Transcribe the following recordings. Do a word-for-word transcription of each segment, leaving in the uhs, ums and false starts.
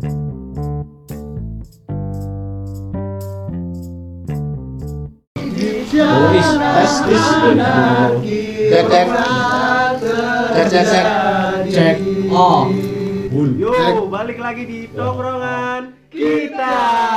Boris, tes tes cek cek cek cek cek cek oh bul. Yo, balik lagi di tongkrongan kita.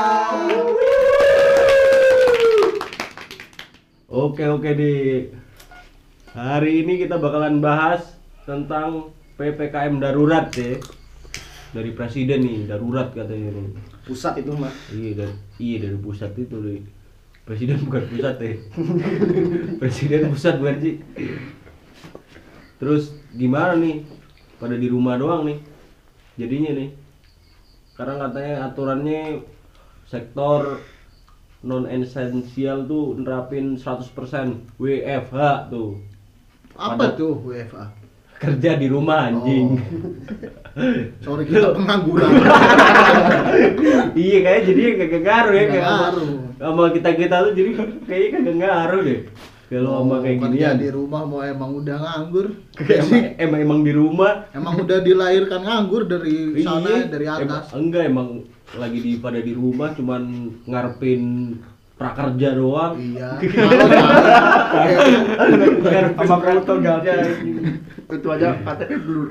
Oke oke di hari ini kita bakalan bahas tentang P P K M darurat deh. Dari presiden nih, darurat katanya nih. Pusat itu mah. Iya dari iya dari pusat itu deh. Presiden bukan pusat deh. Presiden pusat bukan sih. Terus gimana nih? Pada di rumah doang nih. Jadinya nih. Karena katanya aturannya sektor non esensial tuh nerapin seratus persen W F H tuh. Apa Pada tuh W F H? Kerja di rumah anjing. Oh. Sorry kita pengangguran. Iya kayak jadi kagak ngaruh ya kayak ngaruh. Sama kita-kita tuh jadi kayaknya kagak ngaruh deh. Kalau sama kayak gini ya di rumah mau emang udah nganggur. Emang, emang emang di rumah emang udah dilahirkan nganggur dari sana iya, dari atas. Emang, enggak emang lagi di pada di rumah cuman ngarepin prakerja doang. Iya. Sama foto kerja. Itu aja K T P blur.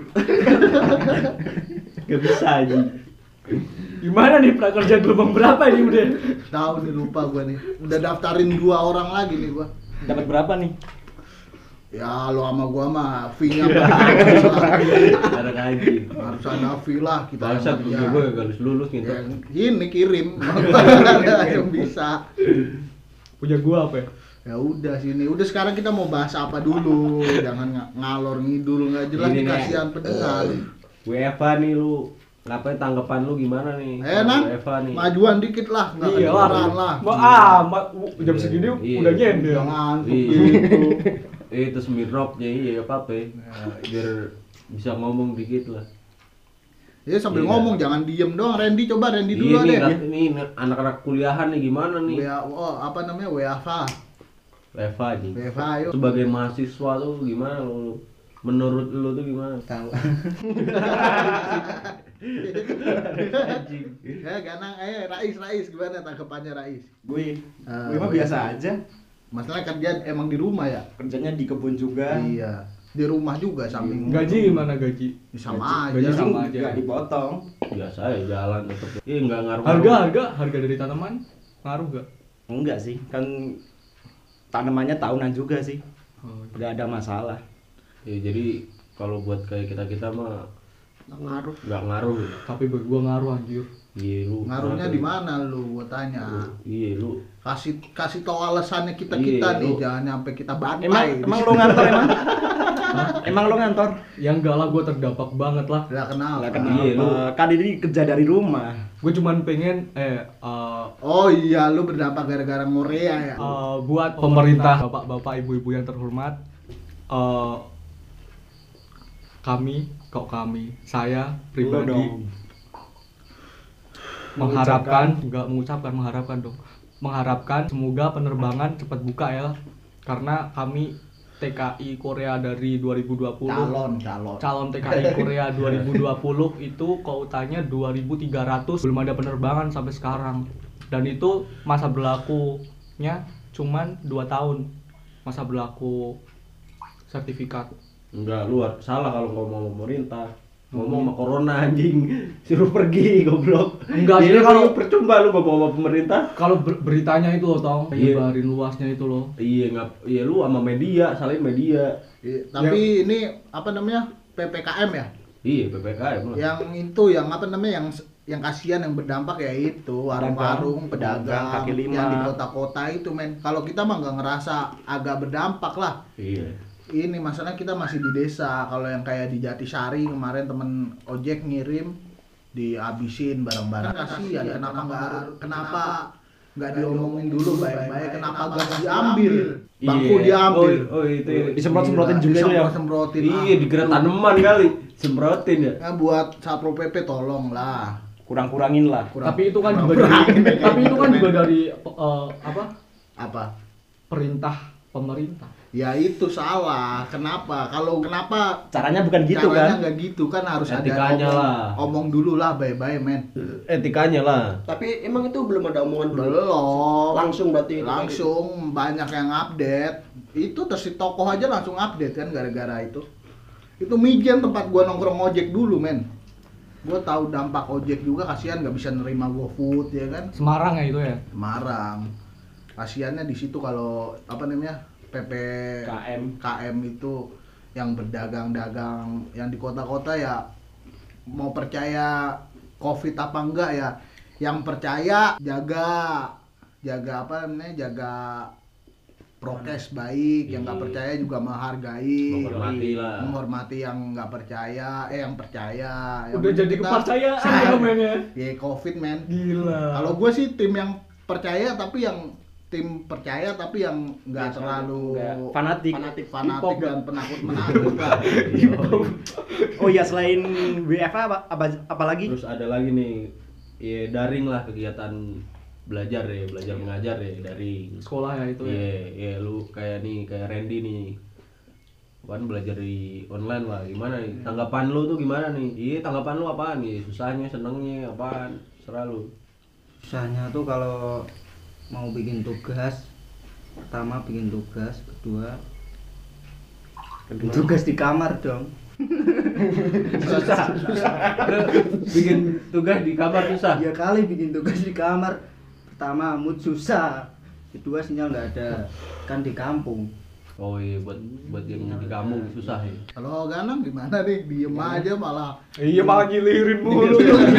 Gak bisa aja. Gimana nih prakerja gelombang berapa ini udah? Tahu nih lupa gua nih. Udah daftarin dua orang lagi nih gua. Dapat berapa nih? Ya lo sama gua mah fee-nya harus lah. Ada kaji. Harus ada fee lah kita. Bangsat punya gue gak lulus lulus gitu. Ya, ini kirim. Ada yang bisa. Punya gua apa ya? Ya udah sini. Udah sekarang kita mau bahas apa dulu. Jangan ng- ngalor ngidul enggak jelas nih kasihan pendengar. W F H nih lu. Ngapain tanggapan lu gimana nih? Eh Nan, W F H nih. majuan dikit lah, enggak Iya kedengeran lah. Mau amat jam segini Iya. udah nyender. Udah ngantuk Iya. gitu. Eh itu smirnopnya iya apa-apa ya. Biar bisa ngomong dikit lah. Ya sambil Iya. ngomong jangan diem doang. Randy coba Randy dulu Iya nih, deh. rat- ini anak-anak kuliahan nih gimana nih? W A, oh, apa namanya W F H. W F H nih. W F H yuk. Sebagai mahasiswa tuh gimana lu? Menurut lu tuh gimana? Tahu. Ya ganang eh Rais Rais gimana tanggapannya Rais? Gue, Ah, gue mah gue biasa aja. Masalah kerja emang di rumah ya? Kerjanya di kebun juga. Iya. Di rumah juga samping. Gaji gimana gaji? Sama Gaji aja. sama aja. Gak dipotong. Biasa ya jalan tetep. Iya enggak ngaruh. Harga harga harga dari tanaman ngaruh gak? Enggak sih, kan tanamannya tahunan juga sih. Oh, Gak ada masalah. Ya jadi kalau buat kayak kita-kita mah Ngaruh. enggak ngaruh. tapi bagi gua ngaruh anjir. Iya lu. Ngaruhnya kenapa? di mana lu? Gua tanya. Iya lu. Kasih kasih tahu alasannya kita kita Iya, nih, lu- jangan sampai kita bantai. Emang emang lo ngantor emang? Emang lo ngantor? Yang enggak lah gua terdampak banget lah. Lah kenapa? Lah Iya, lu. kenapa? Kan ini kerja dari rumah. Gue cuman pengen eh uh, Oh iya, lu berdampak gara-gara Korea ya. uh, buat pemerintah, bapak-bapak, ibu-ibu yang terhormat, uh, kami, kok kami, saya Lu pribadi dong. mengharapkan, enggak mengucapkan, mengharapkan dong, mengharapkan semoga penerbangan cepat buka ya, karena kami T K I Korea dari dua ribu dua puluh Calon, calon. calon T K I Korea dua ribu dua puluh itu kuotanya dua ribu tiga ratus, belum ada penerbangan sampai sekarang, dan itu masa berlakunya cuman dua tahun masa berlaku sertifikat. Enggak, lu salah kalau ngomong pemerintah. Ngomong sama corona anjing. Suruh pergi goblok. Enggak sih, Jadi kalau- kalau percuma lu ngomong sama pemerintah. Kalau ber- beritanya itu loh tong, Iya. nyebarin luasnya itu loh. Iya enggak, iya lu sama media, salin media. Iya, tapi ini apa namanya? P P K M ya? Iya, P P K M lah. Yang itu yang apa namanya yang yang kasihan yang berdampak ya itu warung-warung, Pedagang, pedagang, kaki lima. yang di kota-kota itu men. Kalau kita mah nggak ngerasa agak berdampak lah. Iya. Ini masalah kita masih di desa. Kalau yang kayak di Jatisari kemarin temen ojek ngirim dihabisin barang-barang. Kasihan kenapa nggak kenapa nggak diomongin dulu baik-baik, kenapa gas diambil, bangku Iya. diambil. Oh, oh itu. Disemprot-semprotin Gila, juga itu ya? disemprot-semprotin. Iya, dikira tanaman kali. Semprotin ya. Ya buat Satpol P P tolong lah. Kurang-kurangin lah. Kurang- Tapi itu kan kurang juga dari, berani. tapi itu kan juga dari uh, apa? Apa? Perintah pemerintah. Ya itu salah. Kenapa? Kalau kenapa Caranya bukan gitu caranya kan? nggak gitu kan harus Etikanya ada omong, lah. omong dulu lah bye-bye men. Etikanya lah. Tapi emang itu belum ada omongan dulu. Belum. Langsung berarti itu kayak Langsung banyak yang update. Itu terus si tokoh aja langsung update kan gara-gara itu. Itu Mijen tempat gua nongkrong ojek dulu men. Gua tahu dampak ojek juga, kasihan nggak bisa nerima GoFood ya kan. Semarang ya itu ya. Semarang. Kasihannya di situ kalau apa namanya? P P K M K M itu yang berdagang-dagang yang di kota-kota ya mau percaya Covid apa enggak ya, yang percaya jaga jaga apa namanya jaga prokes baik, yang nggak percaya juga menghargai, Menghormati lah. menghormati yang nggak percaya, eh yang percaya. Yang Udah jadi kita- kepercayaan ya men ya. Ya Covid men. Gila. Kalau gue sih tim yang percaya tapi yang tim percaya tapi yang nggak Biasa, terlalu nggak fanatik. fanatik. fanatik dan penakut menakut lah. Oh iya, selain W F H apa, apa apalagi? Terus ada lagi nih, ya daring lah kegiatan belajar ya, belajar mengajar ya daring. Sekolah ya itu ya. Iya, iya lu kayak nih, kayak Randy nih. Kan belajar di online lah, gimana nih? Tanggapan lu tuh gimana nih? Iya, tanggapan lu apaan nih? Susahnya, senengnya apaan? Serah lu. Susahnya tuh kalau mau bikin tugas, pertama bikin tugas, kedua bikin tugas di kamar dong. Susah. Lu bikin tugas di kamar susah. Ya kali bikin tugas di kamar, pertama mood susah, kedua sinyal nggak ada, kan di kampung. Oh iya, buat buat yang di kampung susah ya. Kalau Ganang gimana nih? Diem aja malah. Iya malah gilirin mulu.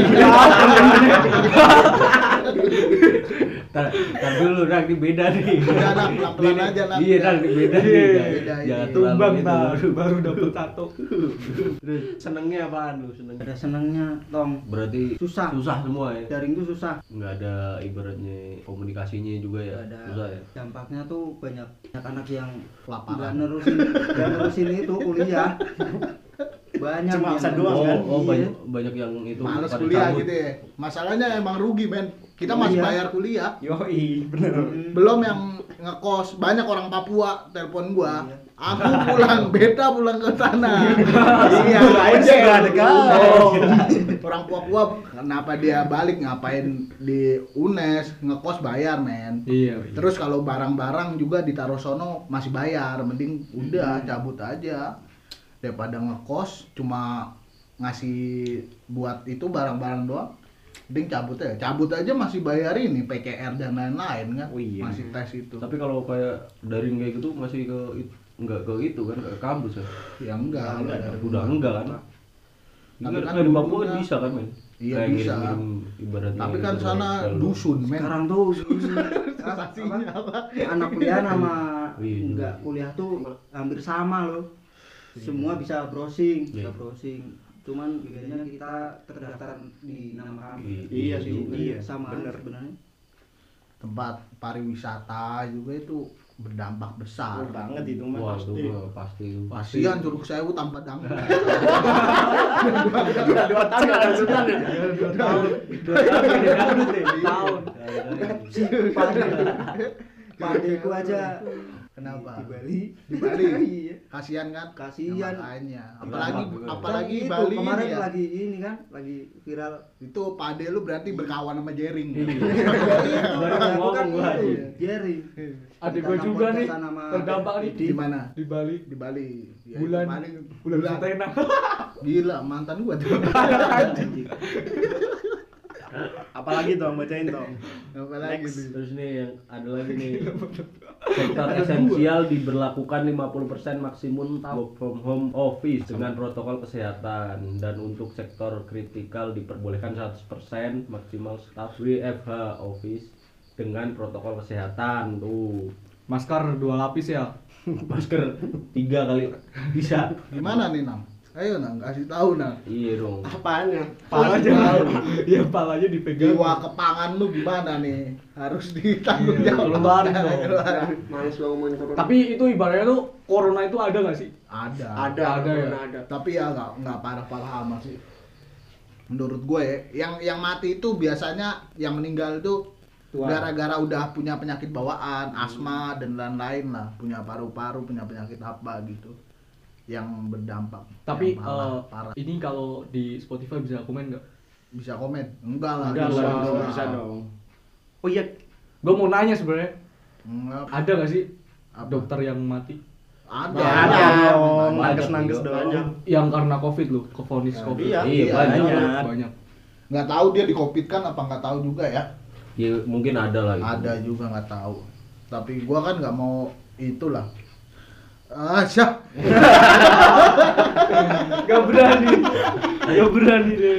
Tar, tar dulu, Nang, ini beda nih. Udah, Nang, pelan-pelan Ini- aja, Nang. Iya, Nang, ini beda nih. Iya, Jangan- beda, Jangan iya. terlalu Tumbang itu. tar, baru dapet satu. Terus senengnya apaan lu? Senengnya? Ada senangnya tong, Berarti susah. susah semua ya. Daring tuh susah. Nggak ada ibaratnya komunikasinya juga ya. Nggak ada. Susah ya. Dampaknya tuh banyak banyak anak yang Kelaparan. nggak nerusin nggak nerusin itu kuliah. Banyak Cuma yang absen doang, Oh, kan? oh Iya. banyak banyak yang itu Males pada kuliah cabut. gitu ya. Masalahnya emang rugi men. Kita masih Iya. bayar kuliah. Yoi, bener. Belum yang ngekos, banyak orang Papua telepon gua. Iya. Aku pulang, beta pulang ke sana. Iya, Aja nggak ada kan. Oh. Orang Papua kenapa dia balik ngapain di U N E S, ngekos bayar men. Iya. Terus kalau barang-barang juga ditaruh sono masih bayar, mending udah cabut aja daripada ngekos cuma ngasih buat itu barang-barang doang. Mending cabut aja, cabut aja masih bayar ini P C R dan lain-lain kan, Oh iya. masih tes itu. Tapi kalau kayak daring kayak gitu masih ke it- nggak ke itu kan, nggak ke kampus ya. Ya enggak, Udah, enggak, enggak, udah enggak kan. Tapi Tapi kan kan di Papua dulunya- kan bisa kan men. Iya, Kayak bisa. ngirim-ngirim ibaratnya. Tapi kan gitu, sana kalau- dusun men. Sekarang tuh ini, apa, apa, anak kuliah sama Iya, juga. enggak kuliah tuh hampir sama loh. Semua bisa browsing, bisa Iya. browsing. Cuman bedanya kita terdaftar di nama kami. Iya sih, Juga iya, sama bener. sebenarnya. Tempat pariwisata juga itu berdampak besar. Oh, banget itu mah Wah, pasti. itu mah pasti. Kasihan Curug Sewu tanpa dangdut. Dua tahun nggak ada sunat ya? Dua tahun. Dua tahun ini dangdut nih. Tahun. Si Pade, Padeku aja Kenapa? di Bali. Di Bali. Iya. Kasihan kan? Kasihan. Ya, makanya. Apalagi Dampak juga. apalagi Kan itu, Bali kemarin ini ya. lagi ini kan, lagi viral. Itu Pade lu berarti berkawan sama Jering. Baru mau Aku kan ngomong gua itu, aja. Jerry. Adik Kita gua juga nih podcastan sama terdampak nih Di mana? di Bali. Di Bali. Ya, Bulan itu paling- bulan Satena. Gila, mantan gua tuh. Apalagi dong, bacain dong. Apalagi Next. tuh. Terus nih yang ada lagi nih. Sektor esensial diberlakukan lima puluh persen maksimum work from home office dengan protokol kesehatan, dan untuk sektor kritikal diperbolehkan seratus persen maksimal staff W F H office dengan protokol kesehatan tuh. Masker dua lapis ya. Masker tiga kali bisa. Gimana nih, Nam? Ayo, Nam, kasih tahu, Nam. Iya dong. Apanya? Palanya. Iya, palanya dipegang. Jiwa kepangan lu gimana nih? Harus ditanggung Iya, jawab. keluarin dong. Keluarin. Males gua ngomongin corona. Tapi itu ibaratnya tuh corona itu ada nggak sih? Ada. ada, Ada ya? corona ada. Tapi ya nggak nggak parah-parah amat sih. Menurut gue, yang yang mati itu biasanya yang meninggal itu Tua. gara-gara udah punya penyakit bawaan, asma dan lain-lain lah, punya paru-paru, punya penyakit apa gitu yang berdampak. Tapi yang parah, eh, parah. ini kalau di Spotify bisa komen nggak? Bisa komen? Enggak lah. Enggak bisa, lah, bisa. bisa dong. Oh iya, Gue mau nanya sebenarnya, Enggak. ada nggak sih Apa? dokter yang mati? Ada. ada dong, Banyak nangis-nangis juga. dong. Yang karena covid loh, kevonis Nah, covid. Iya, Iya, banyak. banyak. banyak. Nggak tahu dia di covid kan apa nggak tahu juga ya. Ya mungkin ada lah gitu. Ada juga nggak tahu. Tapi gua kan nggak mau itulah. Ah, siap. Gak berani, gak berani deh.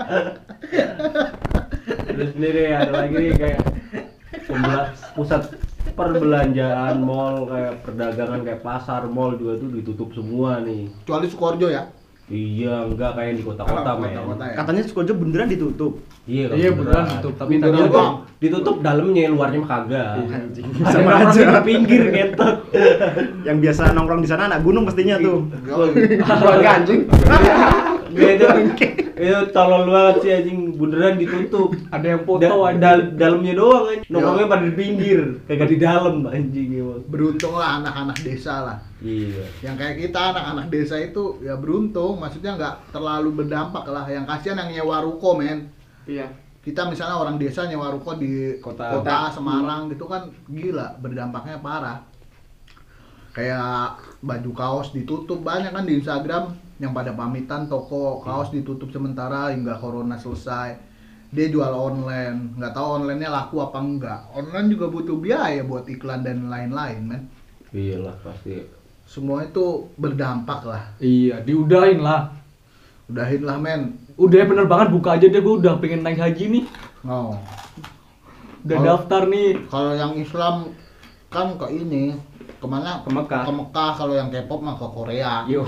Terus sendiri ada lagi nih kayak pembela- pusat perbelanjaan, mall, kayak perdagangan kayak pasar, mall juga tuh ditutup semua nih. Kecuali Sukoharjo ya. Iya, enggak kayak di kota-kota, men. Kota-kota ya. Katanya Sukoharjo beneran ditutup. Iya, Iya beneran tutup, tapi tadi Beneran ada doang. ditutup dalamnya, luarnya mah kagak. Anjing. Ada Sama nongkrong aja. di pinggir ngentot. Yang biasa nongkrong di sana anak gunung pastinya tuh. Enggak anjing. Dia itu, itu tolol banget sih anjing, beneran ditutup. ada yang foto Da- aja. dal- dalamnya doang anjing. Nongkrongnya pada di pinggir, kagak di dalam anjing emang. Beruntung lah anak-anak desa lah. Iya. Yang kayak kita anak-anak desa itu ya beruntung, maksudnya nggak terlalu berdampak lah. Yang kasihan yang nyewa ruko, men. Iya. Kita misalnya orang desa nyewa ruko di Kota. kota Semarang gitu kan gila, berdampaknya parah. Kayak baju kaos ditutup, banyak kan di Instagram yang pada pamitan toko kaos ditutup sementara hingga corona selesai. Dia jual online, nggak tahu onlinenya laku apa enggak. Online juga butuh biaya buat iklan dan lain-lain, men. Iyalah pasti. Semua itu berdampak lah. Iya, diudahin lah. Udahin lah, men. Udah bener banget, buka aja deh, gue udah pengen naik haji nih. Oh. Udah Kalau- daftar nih. Kalau yang Islam kan ke ini, kemana? Ke Mekah. Ke Mekah. Kalau yang K-pop mah ke Korea. Yo,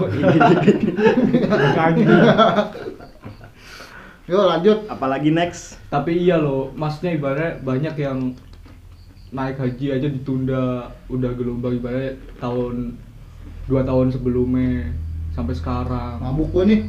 Yuk lanjut. apalagi next? Tapi iya loh, maksudnya ibaratnya banyak yang naik haji aja ditunda, udah gelombang ibaratnya tahun dua tahun sebelumnya sampai sekarang. Mabuk gue nih.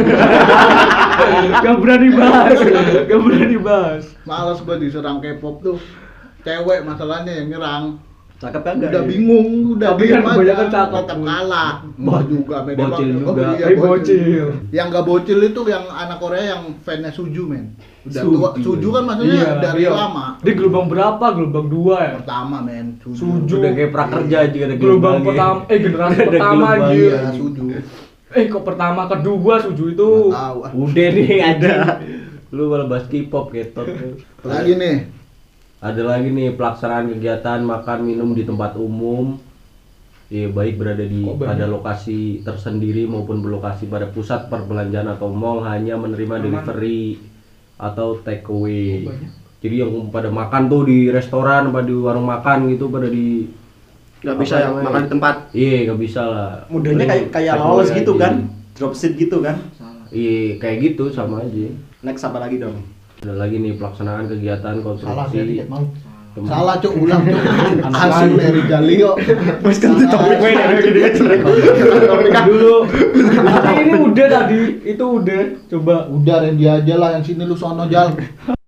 Gak berani bahas, gak berani bahas. Males gue diserang K-pop tuh. Cewek masalahnya yang nyerang. Cakep kagak? Udah ya? bingung, udah Tapi diem kan aja, kebanyakan cakep. tetap kalah. Bah juga beda Bocil banget. juga. iya, Eh bocil. Yang gak bocil itu yang anak Korea yang fansnya Suju, men. Udah Suju. tua. Suju kan maksudnya Iya, dari iya. lama. Dia gelombang berapa? Gelombang dua ya? Pertama, men. Suju. Suju. Udah kayak prakerja aja ada Gelombang gelombangnya. pertama, eh generasi Ada pertama gelombangnya. aja. Iya, Suju. Eh kok pertama kedua Suju itu? Nggak tahu. ah. Udah nih ada. Lu malah bahas K-pop ketot. Lagi nih. Ada lagi nih pelaksanaan kegiatan makan minum di tempat umum. Ya, baik berada di Kok banyak? pada lokasi tersendiri maupun berlokasi pada pusat perbelanjaan atau mall hanya menerima delivery atau take away. Kok banyak? Jadi yang pada makan tuh di restoran, pada di warung makan gitu, pada di Nggak bisa apa namanya? makan di tempat. Iya, nggak bisa lah. Mudahnya kayak kayak Take away lolos gitu aja. kan? Dropship gitu kan? Iya, kayak gitu sama aja. Next apa lagi dong? Ada lagi nih pelaksanaan kegiatan Salah konstruksi. jadi mau. Tem- Salah cuk, ulang cuk. Hasil dari Galio. Wes ganti topik gue Dulu. Tapi ini udah tadi, itu udah. Coba. Udah Randy aja lah yang sini lu sono Jal.